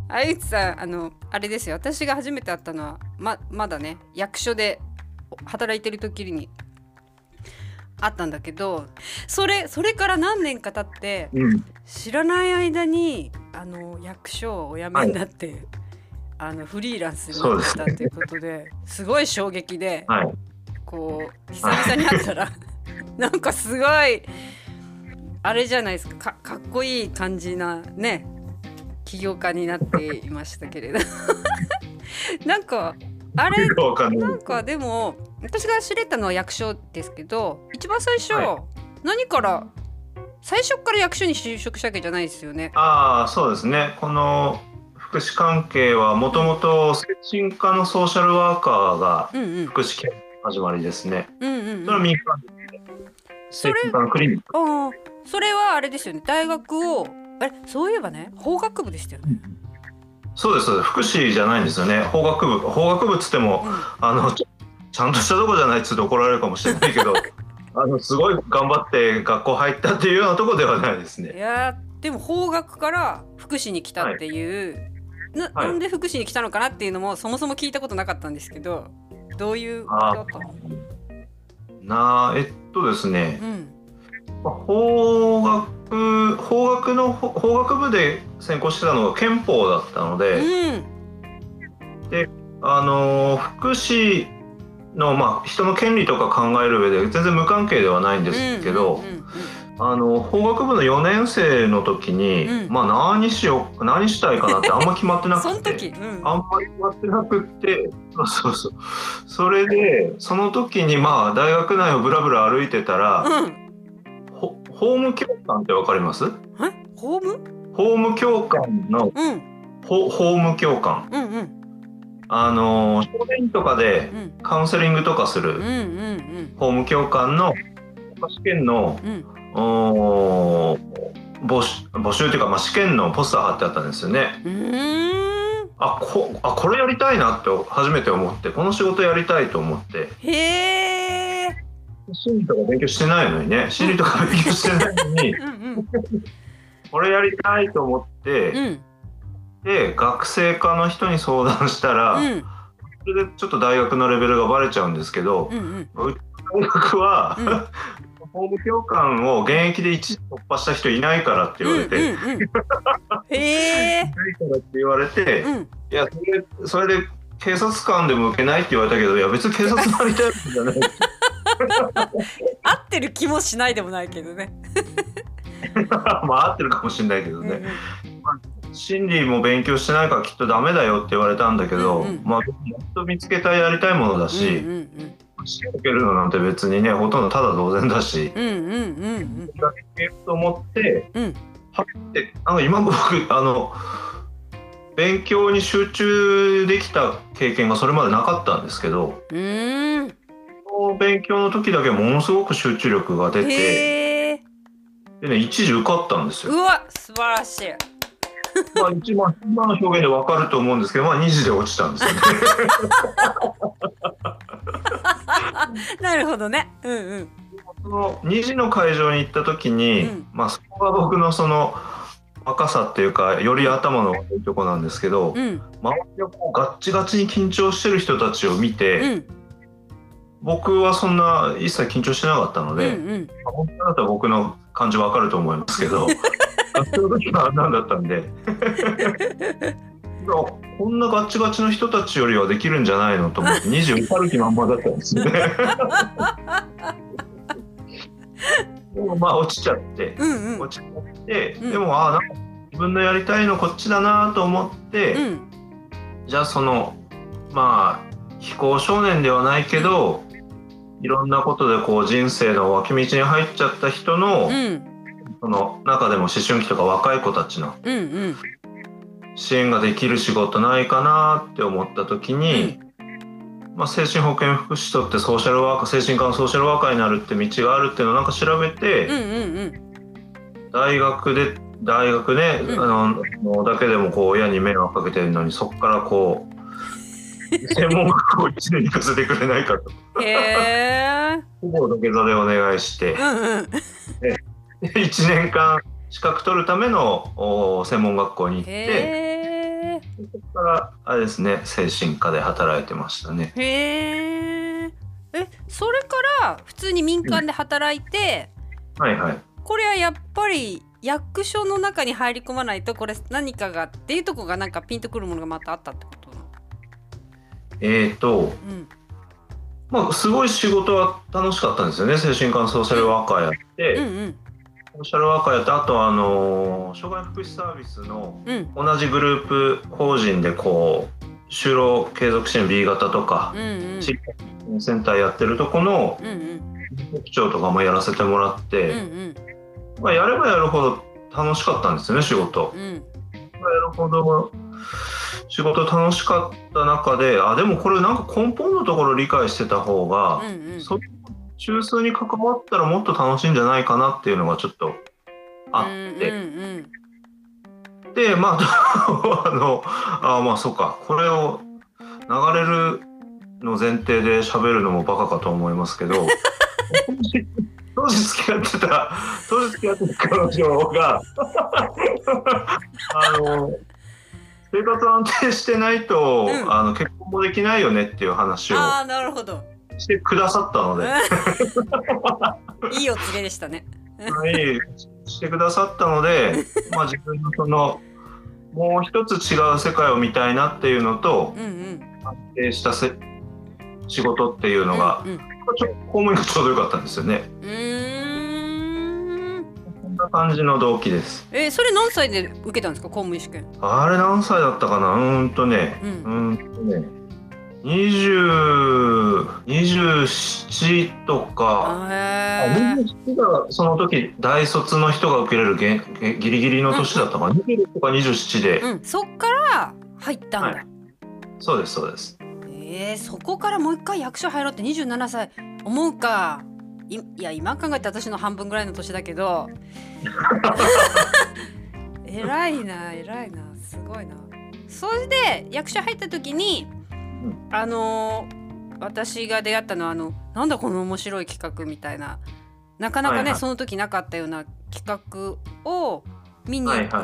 相内さん、あれですよ、私が初めて会ったのはまだね役所で働いてる時にあったんだけど、それから何年か経ってうん。 知らない間に役所をお辞めはい。 になって、フリーランスになっそうですね。 てたっていうことですごい衝撃で、 はい。 こう久は 々に会ったい。 らなんかすごいあれじゃないですか、かっこいい感じなね起業家になっていましたけれどなんかあれ、 わかんないなんかですけど。 でも私が知れたのは役所ですけど、一番最初はい。 何から最初から役所に就職したわけじゃないですよね。 ああ、そうですね。この福祉関係はもとうんもと精神科のソーシャルワーカーがうんうん福祉系の始まりですね。 うんうんそれはうん。 民間それ精神科のクリニック。 ああ、それはあれですよね。大学をそういえばね、法学部でしたよね。 そうです、そうです。福祉じゃないんですよね。法学部っつっても、 うん。 ちゃんとしたとこじゃないっつって怒られるかもしれないけど、すごい頑張って学校入ったっていうようなところではないですね。 いやでも法学から福祉に来たはい。 っていう、なはい。 んで福祉に来たのかなっていうのもそもそも聞いたことなかったんですけど、どういうあれあだったの？ ですね、 うん。 法学部で専攻してたのが憲法だったのうで、 ん。 で、福祉の、人の権利とか考える上で全然無関係ではないんでうんうすけど、 ん法学部の4年生の時に、 うんうん。 何したいかなってあんま決まってなそのくて、 時、うん。 あんまり決まってなくって、そうそうそう。それで、その時に大学内をブラブラ歩いてたら、 うん。 法務教官ってわかります？ ホーム？ 法務教官の、 うん法務教官。 うんうん少年院とかでうんカウンセリングとかすうんうるん法務教官の試験のうんお募集というか、試験のポスター貼ってあったんですよね。 うん。 これやりたいなって初めて思って、この仕事やりたいと思って、 へえ。 心理とか勉強してないのにね、 うん心理とか勉強してないのに、 うんうんこれやりたいと思って、 うんで、学生課の人に相談したら、 うんそれでちょっと大学のレベルがバレちゃうんですけど、 うんうんうちの大学は、 うん法務教官を現役で一時突破した人いないからって言われて、いうん。へえ。 ないからって言われて、 うん。 いや、それで警察官でも受けないって言われたけど、いや、別に警察になりたいわけじゃない。 合ってる気もしないでもないけどね。 合ってるかもしれないけどね。 うんうん心理も勉強してないからきっとダメだよって言われたんだけど、 うんうんやっと見つけたやりたいものだうんうんうし、 ん試験受けるのなんて別にね、ほとんどただ同然だし、 うんうんうんだけと思って、 うん今僕、勉強に集中できた経験がそれまでなかったんですけど、 うん。 この勉強の時だけものすごく集中力が出て、 へえ。 でね、一時受かったんですよ。 うわ、素晴らしい。 今の表現でわかると思うんですけど、二次で落ちたんですよね。 なるほどね。うんうんその二次の会場に行った時に、 うんそこが僕のその若さっていうか、より頭の悪いとこなんですけど、 うん周りがこうガッチガチに緊張してる人たちを見て、 うん僕はそんな一切緊張してなかったのうんうで、 ん。 本当だったら僕の感じわかると思いますけど、学生の時は何だったんで、こんなガチガチの人たちよりはできるんじゃないのと思って、20受かる気満々だったんですよね。でも落ちちゃって、 うんうん落ちちゃって、 うんでもなんか自分のやりたいのこっちだなと思って、 うんじゃあ非行少年ではないけど、いろんなことでこう人生の脇道に入っちゃった人の、 うんその中でも思春期とか若い子たちのうんうん支援ができる仕事ないかなって思った時に、精神保健福祉とってソーシャルワーカー、精神科のソーシャルワーカーになるって道があるっていうのをなんか調べて、 うんうん大学ね、だけでもこう親に迷惑かけてるのに、そこからこう専門学校1年行かせてくれないかと。 うん。へえ。 ほぼ土下座でお願いして、 うんうん 1年間資格取るための専門学校に行って、 へえ。 そこからあれですね、精神科で働いてましたね。 へえ。それから普通に民間で働いて、 はいはい。 これはやっぱり役所の中に入り込まないとこれ何かがっていうとこがなんかピンとくるものがまたあったってことなの？うん。 まあ、すごい仕事は楽しかったんですよね。精神科のソーシャルワーカーやっうんて、 うん。 ソーシャルワーカーやって、あと障害福祉サービスのうん同じグループ法人でこう就労継続支援 B 型とか、 うんうん地域センターやってるとこのうんうん局長とかもやらせてもらっうんうて、 んまあ、やればやるほど楽しかったんですよね、仕事。 うんやるほど仕事楽しかった中で、でもこれなんか根本のところ理解してた方が、 うんうんそ中枢に関わったらもっと楽しいんじゃないかなっていうのがちょっとあって、 うんでまあまあそうか、これを流れるの前提で喋るのもバカかと思いますけど当時付き合ってた彼女が生活安定してないと、結婚もできないよねっていう話をなるほど。 してくださったのでいいお告げでしたね。 してくださったので、まあ、自分のそのもう一つ違う世界を見たいなっていうのと、安定した仕事っていうのが、公務員がちょうどよかったんですよね。こんな感じの動機です。 それ何歳で受けたんですか、公務員試験？ あれ何歳だったかな、27とか、27がその時大卒の人が受けれるギリギリの年だったかな、26とか27で、 そっから入ったんだ、はい、 そうですそうです。 そこからもう一回役所入ろうって27歳思うか。いや今考えて私の半分ぐらいの年だけど偉いなすごいな。それで役所入った時に、私が出会ったのはなんだこの面白い企画みたいな、なかなかね、その時なかったような企画を見に行って、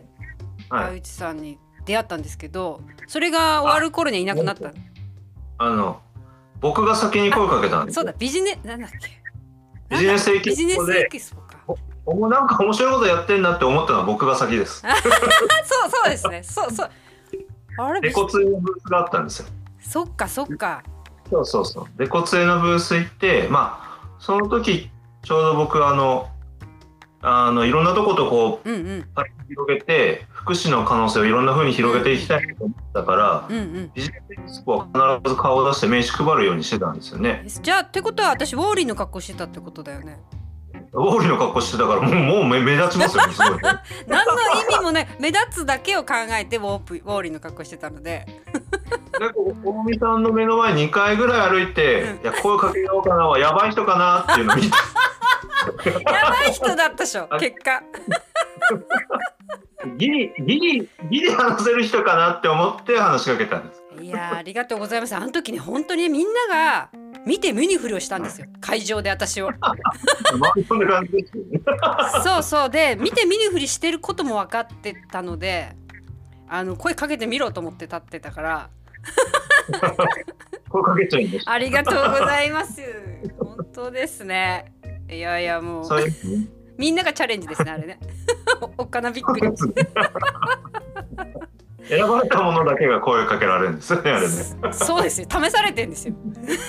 川内さんに出会ったんですけど、それが終わる頃にはいなくなった。 僕が先に声かけたんです。 そうだ、なんだっけ、 ビジネスエキスポで僕もなんか面白いことやってんなって思ったのは僕が先です。 そうですね。そうあれデコツエのブースがあったんですよ。 そっかそうデコツエのブース行って、まあその時ちょうど僕いろんなとことこう、広げて福祉の可能性をいろんな風に広げていきたいと思ったから、ビジネスエキスポは必ず顔を出して名刺配るようにしてたんですよね。 じゃあってことは私ウォーリーの格好してたってことだよね。 ウォーリーの格好してたからもう目立ちますよね、すごい。 何の意味もない目立つだけを考えてウォーリーの格好してたので大見さんの目の前2回ぐらい歩いて、いや声かけようかなはやばい人かなっていうのを見たやばい人だったでしょ結果ギリ話せる人かなって思って話しかけたんです。 いやありがとうございます。あの時ね本当にみんなが見て見ぬふりをしたんですよ、会場で私をそうで見て見ぬふりしてることも分かってたので声かけてみろと思って立ってたから声かけちゃうんです。 ありがとうございます本当ですね。いやもうみんながチャレンジですねあれねおっかなびっくり選ばれたものだけが声かけられるんですよねあれね。 そうですよ、試されてるんですよ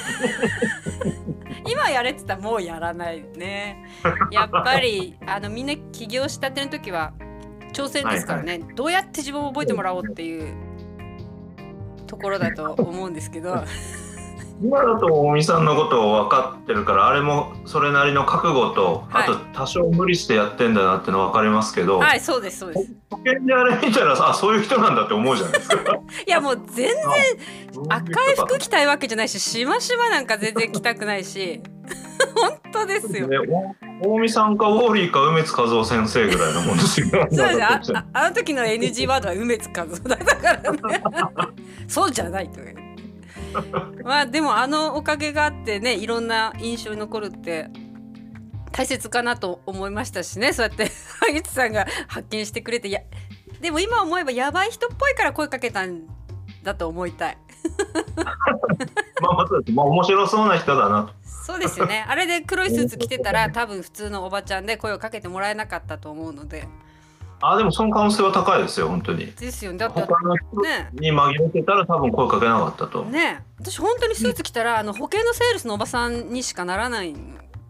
今やれって言ったらもうやらないね。やっぱりみんな起業したての時は挑戦ですからね、どうやって自分を覚えてもらおうっていうところだと思うんですけど今だと大見さんのことを分かってるからあれもそれなりの覚悟と、あと多少無理してやってんだなっての分かりますけど、 はいそうです保険であれ見たらそういう人なんだって思うじゃないですかいやもう全然赤い服着たいわけじゃないししましまなんか全然着たくないし本当ですよ、 大見さんかウォーリーか梅津和夫先生ぐらいのもんですよそうですあの時の NG ワードは梅津和夫だからねそうじゃないとまあでもおかげがあってね、いろんな印象に残るって大切かなと思いましたしね。そうやって萩内さんが発見してくれて、いやでも今思えばやばい人っぽいから声かけたんだと思いたい。 まあそうです。まあ面白そうな人だなと。 そうですよね。あれで黒いスーツ着てたら多分普通のおばちゃんで声をかけてもらえなかったと思うので。 でもその可能性は高いですよ、本当に。 ですよね。だって他の人に紛れてたら多分声かけなかったと。 ね、私本当にスーツ着たら保険のセールスのおばさんにしかならない100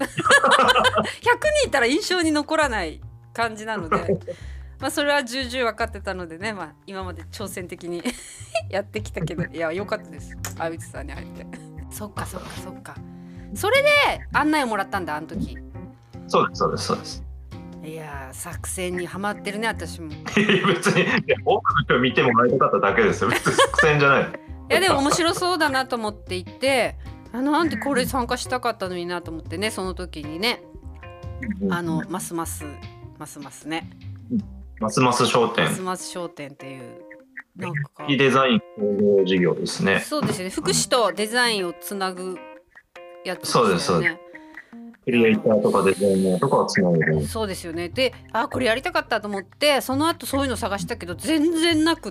人いたら印象に残らない感じなのでまあそれは重々分かってたのでね、まあ、今まで挑戦的にやってきたけど、いや良かったです、あうちさんに会えて。そっかそっかそっか。それで案内をもらったんだ、あの時。 そうですそうですそうです。 いや作戦にはまってるね、私も。 別に多くの人見てもらいたかっただけですよ。別に作戦じゃない。いやでも面白そうだなと思っていて、なんでこれ参加したかったのになと思ってね、その時にね、ますますね、 ますます商店、 ますます商店っていうなんかデザイン工業事業ですね。 そうですよね、福祉とデザインをつなぐやつですよね。 そうですそうです。クリエイターとかデザイナーとかをつなげる。 そうですよね。で、これやりたかったと思ってその後そういうの探したけど全然なくって。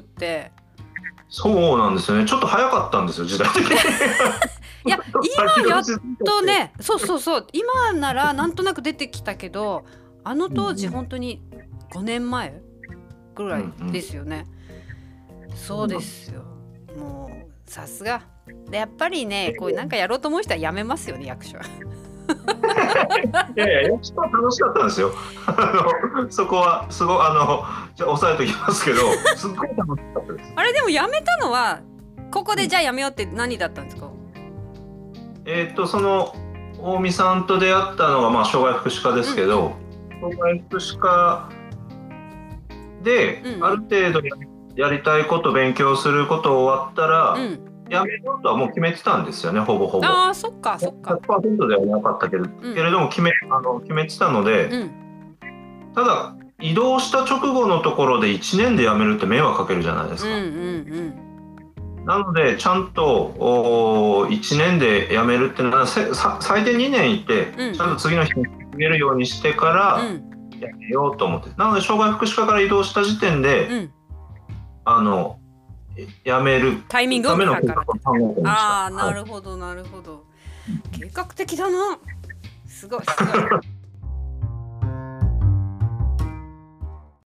そうなんですよね。ちょっと早かったんですよ、時代的に。 いや今やっとね、そうそうそう、今ならなんとなく出てきたけど、あの当時本当に5年前ぐらいですよね。そうですよ。もうさすがで、やっぱりね、こうなんかやろうと思う人はやめますよね、役所は。 いやいや、役所は楽しかったんですよ。そこはすごいじゃあ抑えておきますけど、すっごい楽しかったです。 あれでもやめたのはここでじゃあやめようって何だったんですか？ その大見さんと出会ったのがまあ障害福祉課ですけど、障害福祉課である程度やりたいこと勉強すること終わったら、やめようとはもう決めてたんですよね、ほぼほぼ。 ああ、そっかそっか。 100% ではなかったけれども決めてたので、ただ移動した直後のところで1年で辞めるって迷惑かけるじゃないですか。なのでちゃんと1年で辞めるってのは最低2年いて、ちゃんと次の人に告げるようにしてから辞めようと思って、なので障害福祉課から移動した時点で、辞めるタイミングをための計画を考えてました。 ああ、なるほどなるほど。計画的だな。すごいすごい。